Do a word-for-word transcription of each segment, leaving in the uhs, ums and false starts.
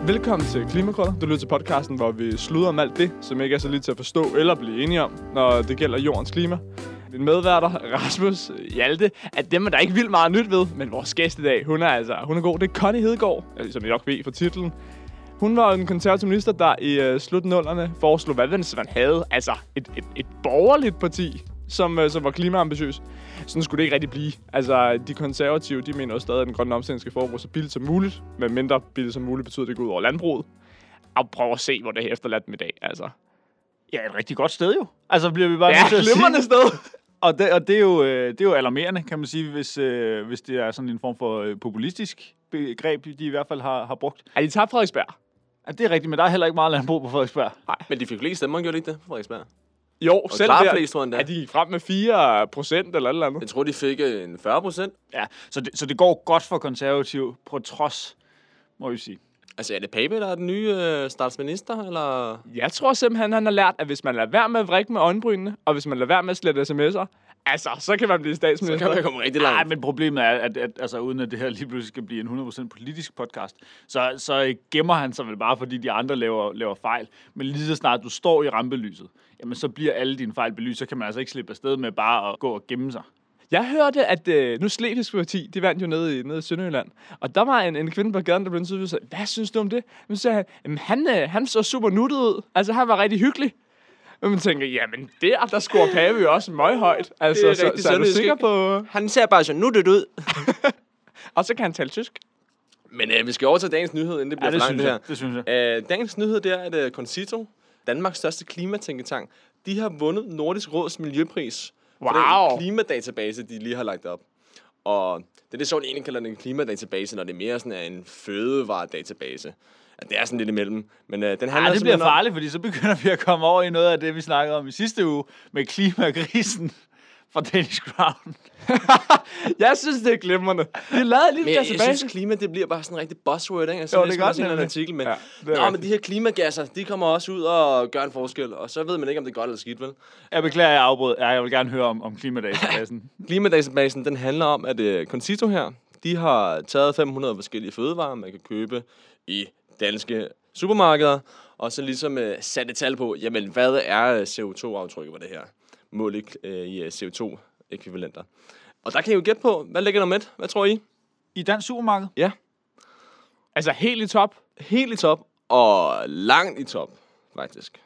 Velkommen til Klimakrøller. Du lytter til podcasten, hvor vi sluder om alt det, som ikke er så lidt til at forstå eller blive enige om, når det gælder jordens klima. Min medværter, Rasmus, Hjalte, at dem er der ikke vildt meget nyt ved, men vores gæst i dag, hun er altså hun er god. Det er Connie Hedegaard, som I nok ved fra titlen. Hun var en konservativ minister, der i uh, slutnullerne foreslog, hvad man havde, altså et, et, et borgerligt parti, som, uh, som var klimaambitiøs. Sådan skulle det ikke rigtig blive. Altså, de konservative, de mener også stadig, at den grønne omstilling skal foregå så billigt som muligt. Men mindre billigt som muligt betyder, at det går ud over landbruget. Og prøv at se, hvor det er efterladt dem i dag, altså. Ja, et rigtig godt sted jo. Altså bliver vi bare ja, nødt til glimrende sted. Og, det, og det, er jo, det er jo alarmerende, kan man sige, hvis, øh, hvis det er sådan en form for populistisk begreb, de i hvert fald har, har brugt. Er de tabt Frederiksberg? Ja, det er rigtigt, men der er heller ikke meget landbrug på Frederiksberg. Nej, men de fik flest stemmer, gjorde de ikke det, Frederiksberg? Jo, og selv der. Flest, tror jeg, ja, de gik frem med fire procent eller eller andet. Jeg tror, de fik en fyrre procent. Ja, så det, så det går godt for konservativ på trods, må vi sige. Altså, er det Pape, der er den nye øh, statsminister, eller? Jeg tror simpelthen, han har lært, at hvis man lader være med at vrikke med øjenbrynene, og hvis man lader være med at slette sms'er, altså, så kan man blive statsminister. Så kan man komme rigtig langt. Nej, men problemet er, at, at altså, uden at det her lige pludselig skal blive en hundrede procent politisk podcast, så, så gemmer han sig vel bare, fordi de andre laver, laver fejl. Men lige så snart du står i rampelyset, jamen så bliver alle dine fejl belyst, så kan man altså ikke slippe afsted med bare at gå og gemme sig. Jeg hørte, at øh, nu Slesvigsk Parti, de vandt jo nede i, nede i Sønderjylland. Og der var en, en kvinde på gaden, der blev nødt til at hvad synes du om det? Men så sagde han, jamen, han, øh, han så super nuttet ud. Altså, han var rigtig hyggelig. Og man tænker, jamen, der, der scorer Pape jo også møghøjt. Altså, det er så, rigtig så er du sikker på... Han ser bare så nuttet ud. Og så kan han tale tysk. Men øh, vi skal over til dagens nyhed, inden det bliver ja, det for langt det her. Det synes jeg. Øh, dagens nyhed, det er, at uh, Concito, Danmarks største klimatænketank, de har vundet Nordisk Råds miljøpris. Wow. For den klimadatabase, de lige har lagt op. Og det er det sjovt, egentlig kalder den en klimadatabase, når det mere sådan er en fødevaredatabase. Ja, det er sådan lidt imellem. Men øh, den handler ja, det bliver om... farligt, fordi så begynder vi at komme over i noget af det, vi snakkede om i sidste uge, med klimakrisen fra Danish Crown. Jeg synes, det er glimrende. De lavede lige men jeg, jeg synes, klima, det bliver bare sådan en rigtig buzzword, ikke? Altså, jo, det gør også en artikel, men... Ja, Nå, rigtigt. Men de her klimagasser, de kommer også ud og gør en forskel, og så ved man ikke, om det er godt eller skidt, vel? Jeg beklager, jeg afbrød. Ja, jeg vil gerne høre om, om klimadatabasen. Klimadatabasen, den handler om, at uh, Concito her, de har taget fem hundrede forskellige fødevarer, man kan købe i danske supermarkeder, og så ligesom uh, sat et tal på, jamen, hvad er C O to aftrykket på det her? Mål i, uh, i C O to ekvivalenter. Og der kan I jo gætte på, hvad ligger nummer et? Hvad tror I? I dansk supermarked? Ja. Altså helt i top? Helt i top, og langt i top, faktisk.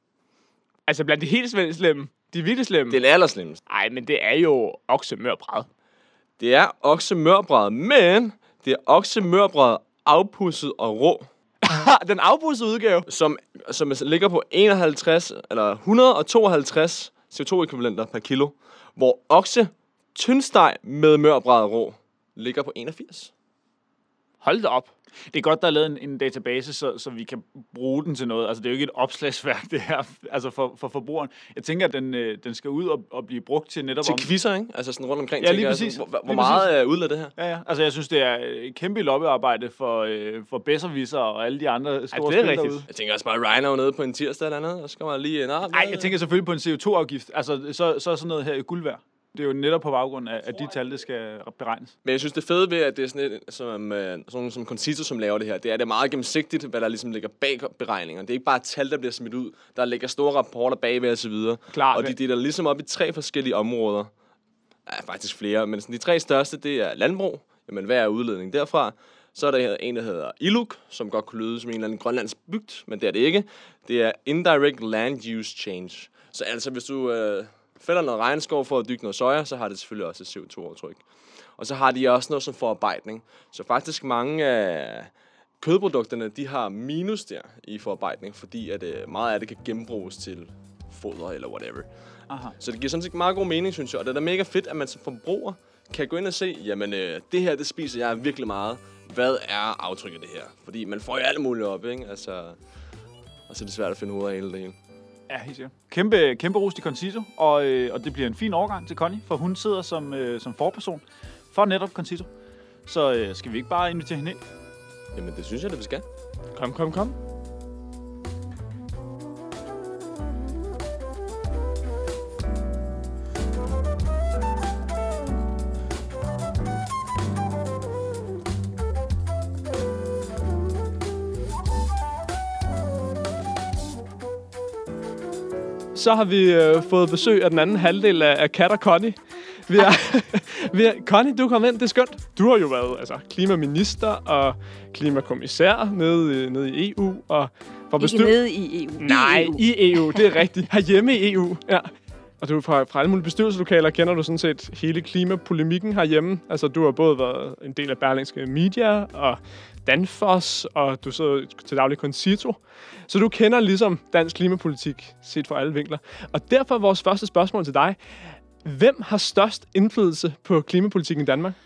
Altså blandt de helt slemme, de virkelig slemme? Det er allerslemmest. Nej, men det er jo oksemørbræd. Det er oksemørbræd, men det er oksemørbræd afpudset og rå. Den afpudsede udgave? Som, som ligger på enoghalvtreds, eller et hundrede og tooghalvtreds C O to ekvivalenter per kilo, hvor okse tyndsteg med mørbræd rå ligger på enogfirs. Hold da op. Det er godt, der er lavet en, en database, så, så vi kan bruge den til noget. Altså, det er jo ikke et opslagsværk, det her, altså for, for forbrugeren. Jeg tænker, at den, øh, den skal ud og, og blive brugt til netop... Til om... quizzer, ikke? Altså sådan rundt omkring. Ja, lige tænker, præcis. Altså, hvor hvor lige meget præcis. er udladet det her? Ja, ja. Altså, jeg synes, det er et kæmpe lobbyarbejde for, øh, for Besserwisser og alle de andre store ja, det er spil rigtigt. derude. Jeg tænker også bare, Rhino nede på en tirsdag eller andet, og så kommer jeg lige... Nej, jeg tænker selvfølgelig på en C O to afgift. Altså, så, så er sådan noget her i guld værd. Det er jo netop på baggrund af, at de tal, det skal beregnes. Men jeg synes, det er fede ved, at det er sådan et, som, øh, sådan som Concito, som laver det her, det er, det er meget gennemsigtigt, hvad der ligesom ligger bag beregninger. Det er ikke bare et tal, der bliver smidt ud. Der ligger store rapporter bagved og så videre. Klar, og de deler ligesom op i tre forskellige områder. Ja, faktisk flere, men sådan, de tre største, det er landbrug. Jamen, hvad er udledning derfra? Så er der en, der hedder I L U C, som godt kunne lyde som en eller anden grønlandsk bygd, men det er det ikke. Det er Indirect Land Use Change. Så altså, hvis du... Øh, fælder noget regnskov for at dyrke noget soja, så har det selvfølgelig også et C O to aftryk. Og så har de også noget som forarbejdning. Så faktisk mange af kødprodukterne, de har minus der i forarbejdning, fordi at meget af det kan genbruges til foder eller whatever. Aha. Så det giver sådan set meget god mening, synes jeg. Og det er da mega fedt, at man som forbruger kan gå ind og se, jamen øh, det her, det spiser jeg virkelig meget. Hvad er aftrykket af det her? Fordi man får jo alt muligt op, ikke? Altså, og så er det svært at finde ud af hele det hele. Ja, helt sikkert. Kæmpe, kæmpe ros til Concito, og, øh, og det bliver en fin overgang til Connie, for hun sidder som, øh, som forperson for netop Concito. Så øh, skal vi ikke bare invitere hende ind? Jamen, det synes jeg, det vi skal. Kom, kom, kom. så har vi øh, fået besøg af den anden halvdel af, af Kat og Connie. Vi er, vi er, Connie, du kom ind, det er skønt. Du har jo været altså, klimaminister og klimakommissær nede, nede i E U. Og for bestyr... Ikke nede i E U. Nej, i E U, i E U, det er rigtigt. Herhjemme i E U, ja. Og du fra, fra alle mulige bestyrelseslokaler kender du sådan set hele klimapolemikken herhjemme. Altså, du har både været en del af Berlingske Media og Danfoss, og du sidder til daglig Concito. Så du kender ligesom dansk klimapolitik set fra alle vinkler. Og derfor er vores første spørgsmål til dig. Hvem har størst indflydelse på klimapolitikken i Danmark?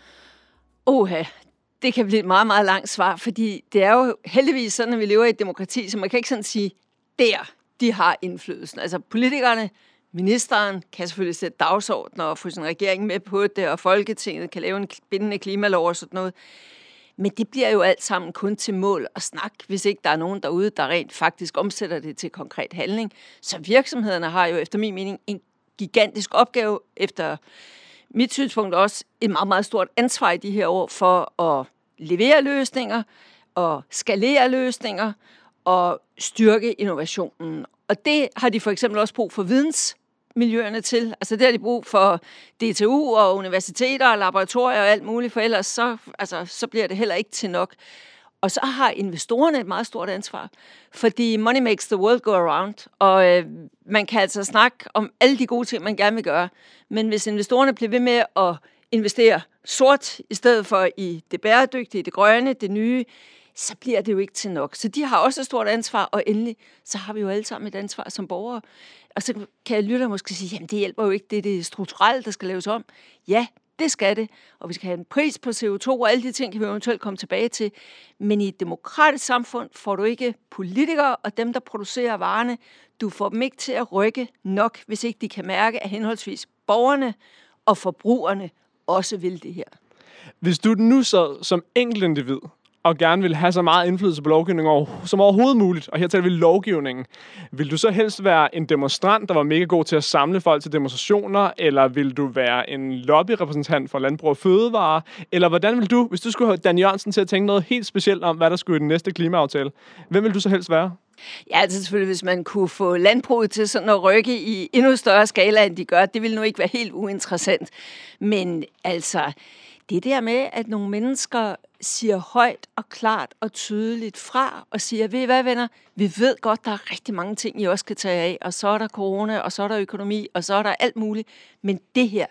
Oha, det kan blive et meget, meget langt svar, fordi det er jo heldigvis sådan, at vi lever i et demokrati, så man kan ikke sådan sige, der, de har indflydelsen. Altså politikerne, ministeren kan selvfølgelig sætte dagsordner og få sin regering med på det, og Folketinget kan lave en bindende klimalov og sådan noget. Men det bliver jo alt sammen kun til mål og snak, hvis ikke der er nogen derude, der rent faktisk omsætter det til konkret handling. Så virksomhederne har jo efter min mening en gigantisk opgave, efter mit synspunkt også et meget, meget stort ansvar i de her år for at levere løsninger og skalere løsninger og styrke innovationen. Og det har de for eksempel også brug for vidensmiljøerne til. Altså det har de brug for D T U og universiteter og laboratorier og alt muligt, for ellers så, altså, så bliver det heller ikke til nok. Og så har investorerne et meget stort ansvar, fordi money makes the world go around, og øh, man kan altså snakke om alle de gode ting, man gerne vil gøre, men hvis investorerne bliver ved med at investere sort i stedet for i det bæredygtige, det grønne, det nye, så bliver det jo ikke til nok. Så de har også et stort ansvar, og endelig, så har vi jo alle sammen et ansvar som borgere. Og så kan jeg lytte og måske sige, jamen det hjælper jo ikke, det er det strukturelle, der skal laves om. Ja, det skal det, og vi skal have en pris på C O to, og alle de ting kan vi eventuelt komme tilbage til. Men i et demokratisk samfund får du ikke politikere og dem, der producerer varerne, du får dem ikke til at rykke nok, hvis ikke de kan mærke, at henholdsvis borgerne og forbrugerne også vil det her. Hvis du nu så som enkelt individ og gerne vil have så meget indflydelse på lovgivningen som overhovedet muligt, og her taler vi lovgivningen, vil du så helst være en demonstrant, der var mega god til at samle folk til demonstrationer, eller vil du være en lobbyrepræsentant for Landbrug og Fødevare, eller hvordan vil du, hvis du skulle have Dan Jørgensen til at tænke noget helt specielt om, hvad der skulle i den næste klimaaftale, hvem vil du så helst være? Ja, altså selvfølgelig, hvis man kunne få landbruget til sådan at rykke i endnu større skala, end de gør, det ville nu ikke være helt uinteressant. Men altså, det der med, at nogle mennesker siger højt og klart og tydeligt fra, og siger, ved I hvad, venner, vi ved godt, der er rigtig mange ting, I også kan tage af, og så er der corona, og så er der økonomi, og så er der alt muligt, men det her,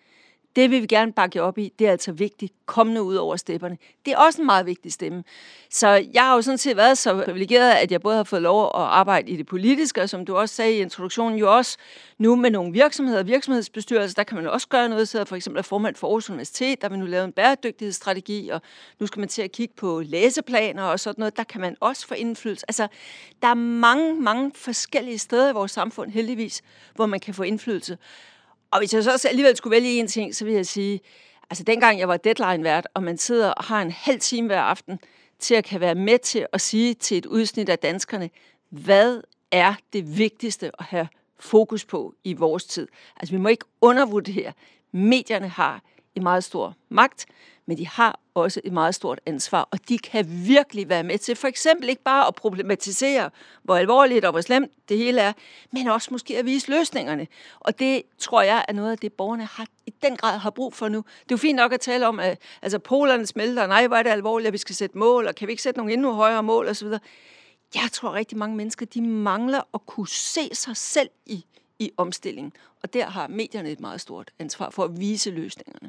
det vil vi gerne bakke op i. Det er altså vigtigt. Kom nu ud over stepperne. Det er også en meget vigtig stemme. Så jeg har jo sådan set været så privilegeret, at jeg både har fået lov at arbejde i det politiske, og som du også sagde i introduktionen, jo også nu med nogle virksomheder, virksomhedsbestyrelser, der kan man også gøre noget. Så for eksempel er formand for Aarhus Universitet, der vil nu lave en bæredygtighedsstrategi, og nu skal man til at kigge på læseplaner og sådan noget. Der kan man også få indflydelse. Altså, der er mange, mange forskellige steder i vores samfund, heldigvis, hvor man kan få indflydelse. Og hvis jeg så også alligevel skulle vælge en ting, så vil jeg sige, altså dengang jeg var Deadline-vært, og man sidder og har en halv time hver aften til at kan være med til at sige til et udsnit af danskerne, hvad er det vigtigste at have fokus på i vores tid. Altså vi må ikke undervurdere. Medierne har en meget stor magt, men de har også et meget stort ansvar, og de kan virkelig være med til for eksempel ikke bare at problematisere, hvor alvorligt og hvor slemt det hele er, men også måske at vise løsningerne. Og det tror jeg er noget af det, borgerne har, i den grad har brug for nu. Det er jo fint nok at tale om, at altså, polerne smelter, nej, hvor er det alvorligt, at vi skal sætte mål, og kan vi ikke sætte nogle endnu højere mål osv. Jeg tror rigtig mange mennesker, de mangler at kunne se sig selv i, i omstillingen, og der har medierne et meget stort ansvar for at vise løsningerne.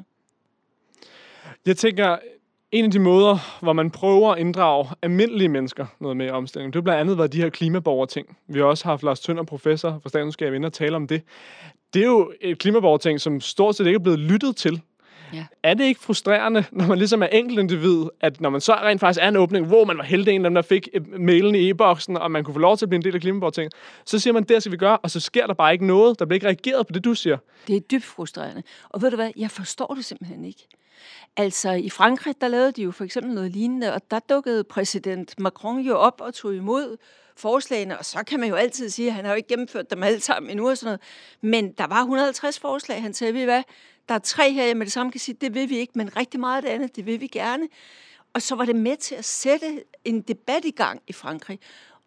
Jeg tænker, en af de måder, hvor man prøver at inddrage almindelige mennesker noget med omstilling, det er blandt andet været de her klimaborgerting. Vi har også haft Lars Tønder, professor fra Statskundskab, inde og tale om det. Det er jo et klimaborgerting, som stort set ikke er blevet lyttet til. Ja. Er det ikke frustrerende, når man ligesom er enkeltindivid, at når man så rent faktisk er en åbning, hvor man var heldig en af dem, der fik mailen i e-boksen, og man kunne få lov til at blive en del af klimaborgertinget, så siger man, det skal vi gøre, og så sker der bare ikke noget. Der bliver ikke reageret på det, du siger. Det er dybt frustrerende. Og ved du hvad, jeg forstår det simpelthen ikke. Altså i Frankrig, der lavede de jo for eksempel noget lignende, og der dukkede præsident Macron jo op og tog imod forslagene, og så kan man jo altid sige, at han har jo ikke gennemført dem alle sammen endnu og sådan noget. Men der var et hundrede og halvtreds forslag, han sagde, ved I hvad, der er tre her, jeg med det samme kan sige, det vil vi ikke, men rigtig meget af det andet, det vil vi gerne. Og så var det med til at sætte en debat i gang i Frankrig.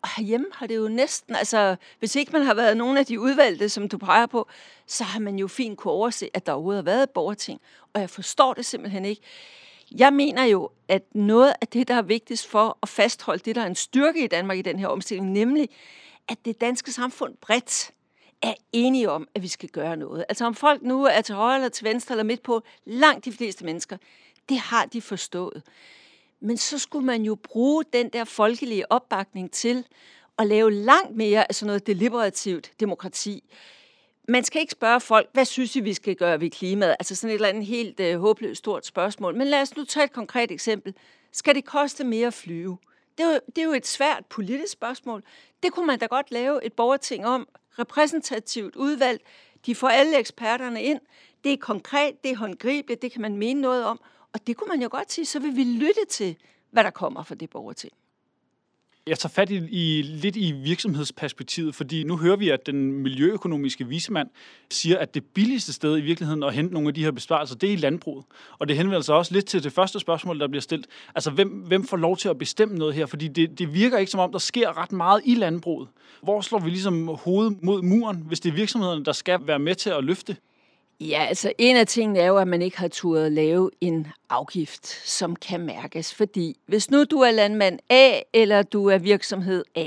Og herhjemme har det jo næsten, altså hvis ikke man har været nogen af de udvalgte, som du peger på, så har man jo fint kunne overse, at der overhovedet har været et borgerting. Og jeg forstår det simpelthen ikke. Jeg mener jo, at noget af det, der er vigtigst for at fastholde det, der er en styrke i Danmark i den her omstilling, nemlig at det danske samfund bredt er enige om, at vi skal gøre noget. Altså om folk nu er til højre eller til venstre eller midt på, langt de fleste mennesker, det har de forstået. Men så skulle man jo bruge den der folkelige opbakning til at lave langt mere af sådan noget deliberativt demokrati. Man skal ikke spørge folk, hvad synes I, vi skal gøre ved klimaet? Altså sådan et eller andet helt øh, håbløst stort spørgsmål. Men lad os nu tage et konkret eksempel. Skal det koste mere at flyve? Det er, jo, det er jo et svært politisk spørgsmål. Det kunne man da godt lave et borgerting om. Repræsentativt udvalgt. De får alle eksperterne ind. Det er konkret, det er håndgribeligt, det kan man mene noget om. Og det kunne man jo godt sige, så vil vi lytte til, hvad der kommer fra det borgerting. Jeg tager fat i, i lidt i virksomhedsperspektivet, fordi nu hører vi, at den miljøøkonomiske vismand siger, at det billigste sted i virkeligheden at hente nogle af de her besparelser, det er i landbruget. Og det henvender sig også lidt til det første spørgsmål, der bliver stillet. Altså, hvem, hvem får lov til at bestemme noget her? Fordi det, det virker ikke som om, der sker ret meget i landbruget. Hvor slår vi ligesom hovedet mod muren, hvis det er virksomhederne, der skal være med til at løfte? Ja, altså en af tingene er jo, at man ikke har turet lave en afgift, som kan mærkes. Fordi hvis nu du er landmand A, eller du er virksomhed A,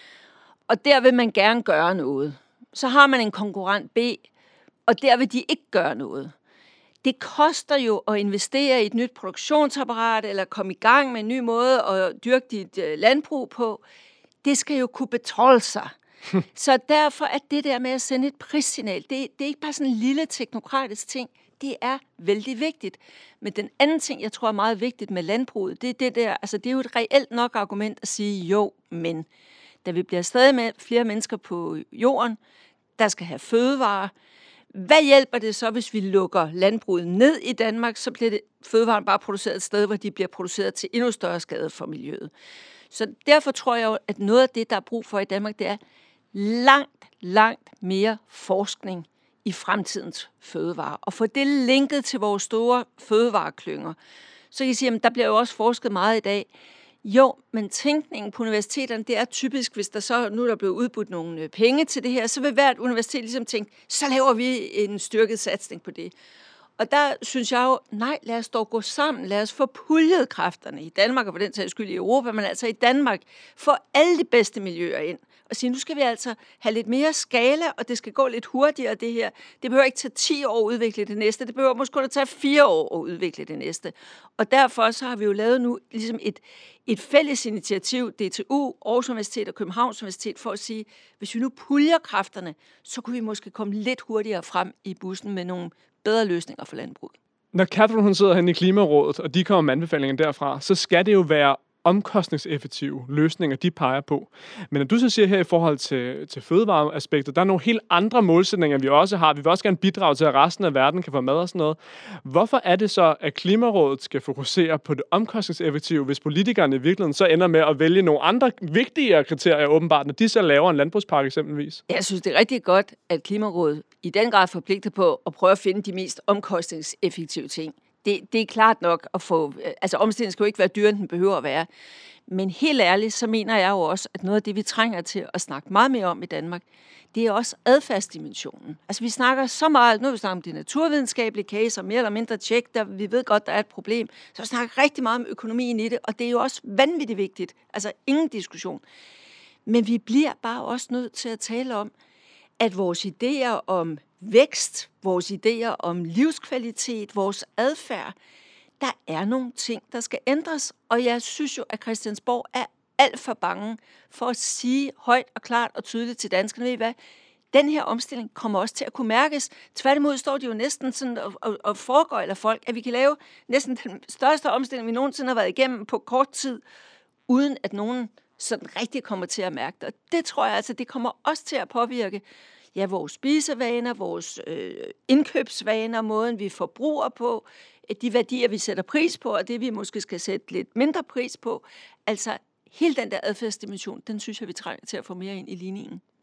og der vil man gerne gøre noget, så har man en konkurrent B, og der vil de ikke gøre noget. Det koster jo at investere i et nyt produktionsapparat, eller komme i gang med en ny måde at dyrke dit landbrug på. Det skal jo kunne betale sig. Så derfor er det der med at sende et prissignal, det, det er ikke bare sådan en lille teknokratisk ting, det er vældig vigtigt. Men den anden ting, jeg tror er meget vigtigt med landbruget, det er det der, altså det er jo et reelt nok argument at sige jo, men da vi bliver stadig med flere mennesker på jorden, der skal have fødevarer, hvad hjælper det så, hvis vi lukker landbruget ned i Danmark, så bliver det fødevarer bare produceret et sted, hvor de bliver produceret til endnu større skade for miljøet. Så derfor tror jeg jo, at noget af det, der er brug for i Danmark, det er langt, langt mere forskning i fremtidens fødevarer. Og få det linket til vores store fødevareklynger. Så kan I sige, at der bliver jo også forsket meget i dag. Jo, men tænkningen på universiteterne, det er typisk, hvis der så nu er der blevet udbudt nogle penge til det her, så vil hvert universitet ligesom tænke, så laver vi en styrket satsning på det. Og der synes jeg jo, nej, lad os dog gå sammen, lad os få puljet kræfterne i Danmark, og for den sags skyld i Europa, men altså i Danmark, få alle de bedste miljøer ind, og sige, nu skal vi altså have lidt mere skala, og det skal gå lidt hurtigere, det her. Det behøver ikke tage ti år at udvikle det næste, det behøver måske kun at tage fire år at udvikle det næste. Og derfor så har vi jo lavet nu ligesom et, et fælles initiativ, D T U, Aarhus Universitet og Københavns Universitet, for at sige, hvis vi nu puljer kræfterne, så kunne vi måske komme lidt hurtigere frem i bussen med nogle bedre løsninger for landbruget. Når Catherine hun sidder henne i Klimarådet, og de kommer med anbefalinger derfra, så skal det jo være omkostningseffektive løsninger, de peger på. Men når du så siger her i forhold til, til fødevareaspekter, der er nogle helt andre målsætninger, vi også har. Vi vil også gerne bidrage til, at resten af verden kan få mad og sådan noget. Hvorfor er det så, at Klimarådet skal fokusere på det omkostningseffektive, hvis politikerne i virkeligheden så ender med at vælge nogle andre vigtigere kriterier åbenbart, når de så laver en landbrugspakke eksempelvis? Jeg synes, det er rigtig godt, at Klimarådet i den grad forpligter på at prøve at finde de mest omkostningseffektive ting. Det, det er klart nok at få, altså omstillingen skal jo ikke være dyrere, end den behøver at være. Men helt ærligt, så mener jeg jo også, at noget af det, vi trænger til at snakke meget mere om i Danmark, det er også adfærdsdimensionen. Altså vi snakker så meget, nu har vi snakket om de naturvidenskabelige caser, mere eller mindre tjek, der vi ved godt, der er et problem. Så vi snakker rigtig meget om økonomien i det, og det er jo også vanvittigt vigtigt. Altså ingen diskussion. Men vi bliver bare også nødt til at tale om, at vores idéer om vækst, vores idéer om livskvalitet, vores adfærd, der er nogle ting, der skal ændres. Og jeg synes jo, at Christiansborg er alt for bange for at sige højt og klart og tydeligt til danskerne, ved I hvad? Den her omstilling kommer også til at kunne mærkes. Tværtimod står de jo næsten sådan og, og, og foregøjler folk, at vi kan lave næsten den største omstilling, vi nogensinde har været igennem på kort tid, uden at nogen sådan rigtig kommer til at mærke det. Og det tror jeg altså, det kommer også til at påvirke ja, vores spisevaner, vores øh, indkøbsvaner, måden vi forbruger på, de værdier, vi sætter pris på, og det vi måske skal sætte lidt mindre pris på. Altså hele den der adfærdsdimension, den synes jeg, vi trænger til at få mere ind i ligningen.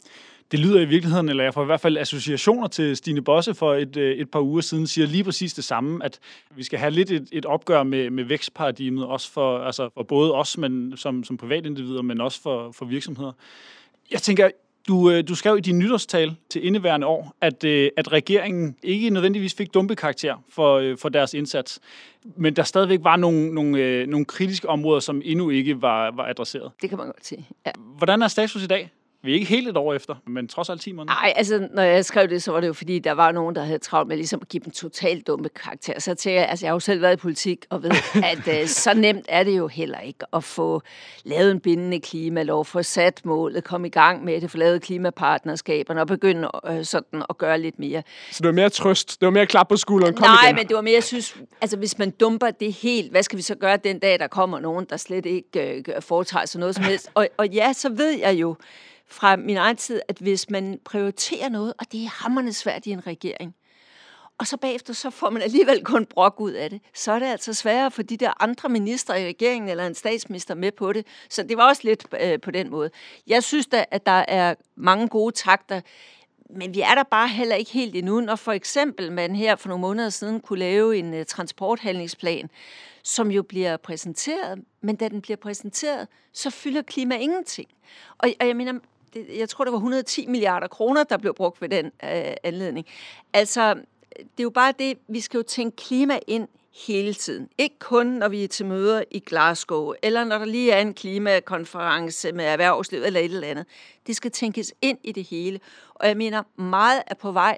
Det lyder i virkeligheden, eller jeg får i hvert fald associationer til Stine Bosse for et, et par uger siden, siger lige præcis det samme, at vi skal have lidt et, et opgør med, med vækstparadigmet, også for, altså for både os men, som, som privatindivider, men også for, for virksomheder. Jeg tænker, du, du skrev i din nytårstale til indeværende år, at, at regeringen ikke nødvendigvis fik dumpekarakter for, for deres indsats, men der stadigvæk var nogle, nogle, nogle kritiske områder, som endnu ikke var, var adresseret. Det kan man godt sige, ja. Hvordan er status i dag? Vi er ikke helt et år efter, men trods alt ti måneder. Nej, altså, når jeg skrev det, så var det jo fordi, der var nogen, der havde travlt med ligesom at give dem totalt dumme karakter. Så tænker jeg, altså, jeg har jo selv været i politik og ved, at uh, så nemt er det jo heller ikke at få lavet en bindende klimalov, få sat målet, komme i gang med det, få lavet klimapartnerskaberne og begynde uh, sådan at gøre lidt mere. Så det var mere trøst, det var mere klap på skulderen, kom Nej, igen. men det var mere, jeg synes, altså hvis man dumper det helt, hvad skal vi så gøre den dag, der kommer nogen, der slet ikke uh, foretager sig noget som helst? Og, og ja, så ved jeg jo, fra min egen tid, at hvis man prioriterer noget, og det er hamrende svært i en regering, og så bagefter så får man alligevel kun brok ud af det, så er det altså sværere for de der andre ministre i regeringen eller en statsminister med på det. Så det var også lidt øh, på den måde. Jeg synes da, at der er mange gode takter, men vi er der bare heller ikke helt endnu. Når for eksempel man her for nogle måneder siden kunne lave en uh, transporthandlingsplan, som jo bliver præsenteret, men da den bliver præsenteret, så fylder klima ingenting. Og, og jeg mener, det, jeg tror, det var et hundrede og ti milliarder kroner, der blev brugt ved den øh, anledning. Altså, det er jo bare det, vi skal jo tænke klima ind hele tiden. Ikke kun, når vi er til møder i Glasgow, eller når der lige er en klimakonference med erhvervslivet eller et eller andet. Det skal tænkes ind i det hele. Og jeg mener, meget er på vej.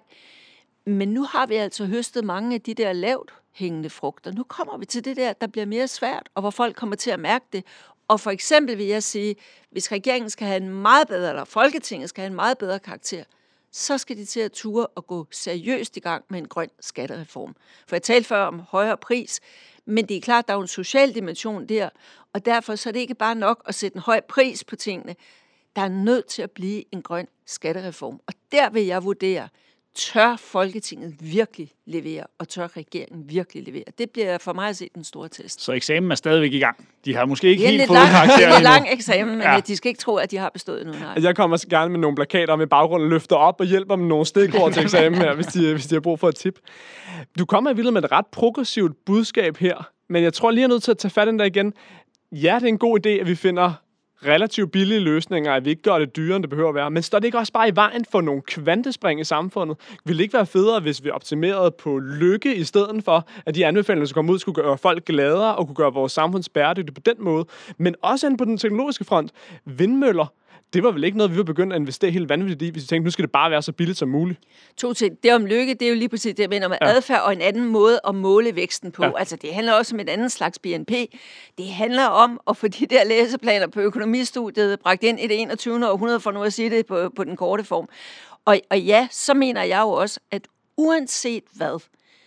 Men nu har vi altså høstet mange af de der lavt hængende frugter. Nu kommer vi til det der, der bliver mere svært, og hvor folk kommer til at mærke det. Og for eksempel vil jeg sige, hvis regeringen skal have en meget bedre, eller Folketinget skal have en meget bedre karakter, så skal de til at ture og gå seriøst i gang med en grøn skattereform. For jeg talte før om højere pris, men det er klart, der er jo en social dimension der, og derfor så er det ikke bare nok at sætte en høj pris på tingene. Der er nødt til at blive en grøn skattereform, og der vil jeg vurdere, tør Folketinget virkelig levere, og tør regeringen virkelig levere. Det bliver for mig at se den store test. Så eksamen er stadigvæk i gang. De har måske ikke helt fået lang, karakter endnu. Det er en lang eksamen, men ja. De skal ikke tro, at de har bestået nu. Nej. Jeg kommer gerne med nogle plakater med baggrunden, løfter op og hjælper dem nogle stikord til eksamen her, hvis de, hvis de har brug for et tip. Du kommer i virkeligheden med et ret progressivt budskab her, men jeg tror lige, jeg er nødt til at tage fat i den der igen. Ja, det er en god idé, at vi finder relativt billige løsninger, at vi ikke gør det dyrere, end det behøver at være. Men står det ikke også bare i vejen for nogle kvantespring i samfundet? Vil det ikke være federe, hvis vi optimerede på lykke, i stedet for, at de anbefalinger, der kommer ud, skulle gøre folk gladere og kunne gøre vores samfund bæredygtigt på den måde? Men også på den teknologiske front. Vindmøller, det var vel ikke noget, vi var begyndt at investere helt vanvittigt i, hvis vi tænkte, nu skal det bare være så billigt som muligt. To ting. Det om lykke, det er jo lige præcis det, jeg mener med ja. adfærd og en anden måde at måle væksten på. Ja. Altså, det handler også om et andet slags B N P. Det handler om at få de der læseplaner på økonomistudiet bragt ind i det enogtyvende århundrede, for nu at sige det på, på den korte form. Og, og ja, så mener jeg jo også, at uanset hvad,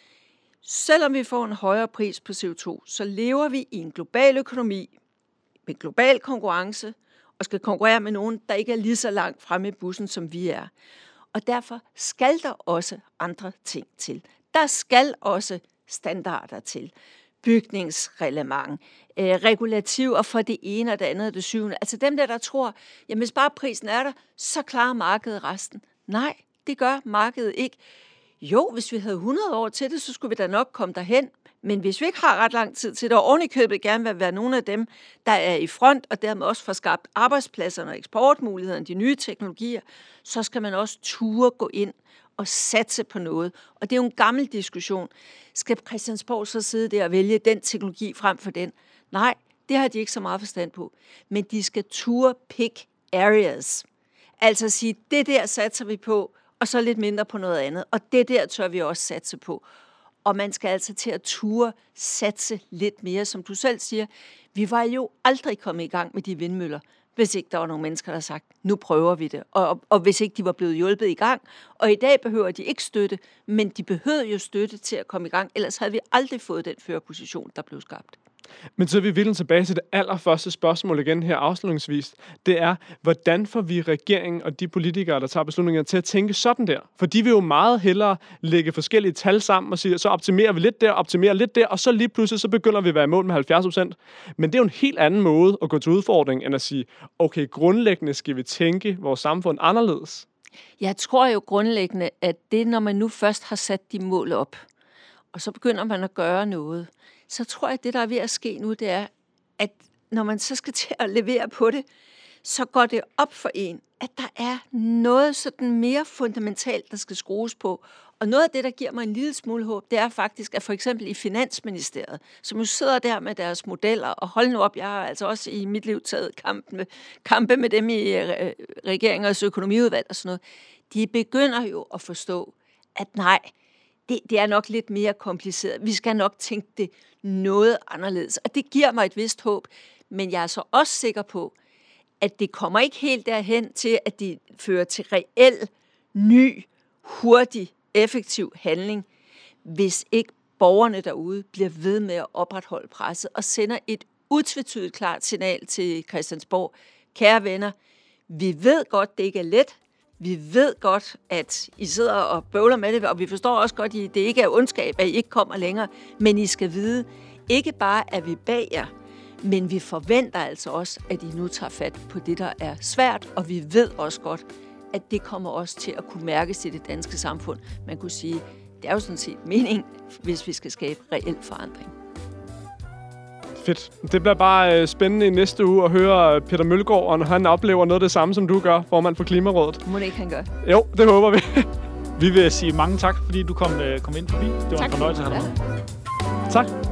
selvom vi får en højere pris på C O to, så lever vi i en global økonomi med global konkurrence, og skal konkurrere med nogen, der ikke er lige så langt fremme i bussen, som vi er. Og derfor skal der også andre ting til. Der skal også standarder til. Bygningsreglement, øh, regulativer for det ene og det andet og det syvende. Altså dem der, der tror, jamen hvis bare prisen er der, så klarer markedet resten. Nej, det gør markedet ikke. Jo, hvis vi havde hundrede år til det, så skulle vi da nok komme derhen. Men hvis vi ikke har ret lang tid til det, og ovenikøbet gerne vil være nogle af dem, der er i front, og dermed også får skabt arbejdspladserne og eksportmulighederne, de nye teknologier, så skal man også ture gå ind og satse på noget. Og det er jo en gammel diskussion. Skal Christiansborg så sidde der og vælge den teknologi frem for den? Nej, det har de ikke så meget forstand på. Men de skal ture pick areas. Altså sige, det der satser vi på, og så lidt mindre på noget andet. Og det der tør vi også satse på. Og man skal altså til at ture satse lidt mere, som du selv siger. Vi var jo aldrig kommet i gang med de vindmøller, hvis ikke der var nogle mennesker, der har sagt, nu prøver vi det. Og, og, og hvis ikke de var blevet hjulpet i gang. Og i dag behøver de ikke støtte, men de behøvede jo støtte til at komme i gang. Ellers havde vi aldrig fået den førerposition, der blev skabt. Men så er vi vildt tilbage til det allerførste spørgsmål igen her afslutningsvis. Det er, hvordan får vi regeringen og de politikere, der tager beslutninger, til at tænke sådan der? For de vil jo meget hellere lægge forskellige tal sammen og sige, så optimerer vi lidt der, optimerer lidt der, og så lige pludselig så begynder vi at være i mål med halvfjerds procent. Men det er jo en helt anden måde at gå til udfordring, end at sige, okay, grundlæggende skal vi tænke vores samfund anderledes. Jeg tror jo grundlæggende, at det, når man nu først har sat de mål op, og så begynder man at gøre noget, så tror jeg, at det, der er ved at ske nu, det er, at når man så skal til at levere på det, så går det op for en, at der er noget sådan mere fundamentalt, der skal skrues på. Og noget af det, der giver mig en lille smule håb, det er faktisk, at for eksempel i Finansministeriet, som jo sidder der med deres modeller, og hold nu op, jeg har altså også i mit liv taget kampe med, kampe med dem i øh, regeringers økonomiudvalg og sådan noget, de begynder jo at forstå, at nej, det, det er nok lidt mere kompliceret. Vi skal nok tænke det noget anderledes. Og det giver mig et vist håb, men jeg er så også sikker på, at det kommer ikke helt derhen til, at det fører til reel, ny, hurtig, effektiv handling, hvis ikke borgerne derude bliver ved med at opretholde presset og sender et utvetydigt klart signal til Christiansborg. Kære venner, vi ved godt, det ikke er let. Vi ved godt, at I sidder og bøvler med det, og vi forstår også godt, at det ikke er ondskab, at I ikke kommer længere. Men I skal vide, ikke bare er vi bag jer, men vi forventer altså også, at I nu tager fat på det, der er svært, og vi ved også godt, at det kommer også til at kunne mærkes i det danske samfund. Man kunne sige, det er jo sådan set mening, hvis vi skal skabe reel forandring. Fedt. Det bliver bare øh, spændende i næste uge at høre Peter Mølgaard, og han oplever noget af det samme, som du gør, formand for Klimarådet. Må det ikke han gør? Jo, det håber vi. Vi vil sige mange tak, fordi du kom, øh, kom ind forbi. Det var tak, en fornøjelse at have dig med. Tak.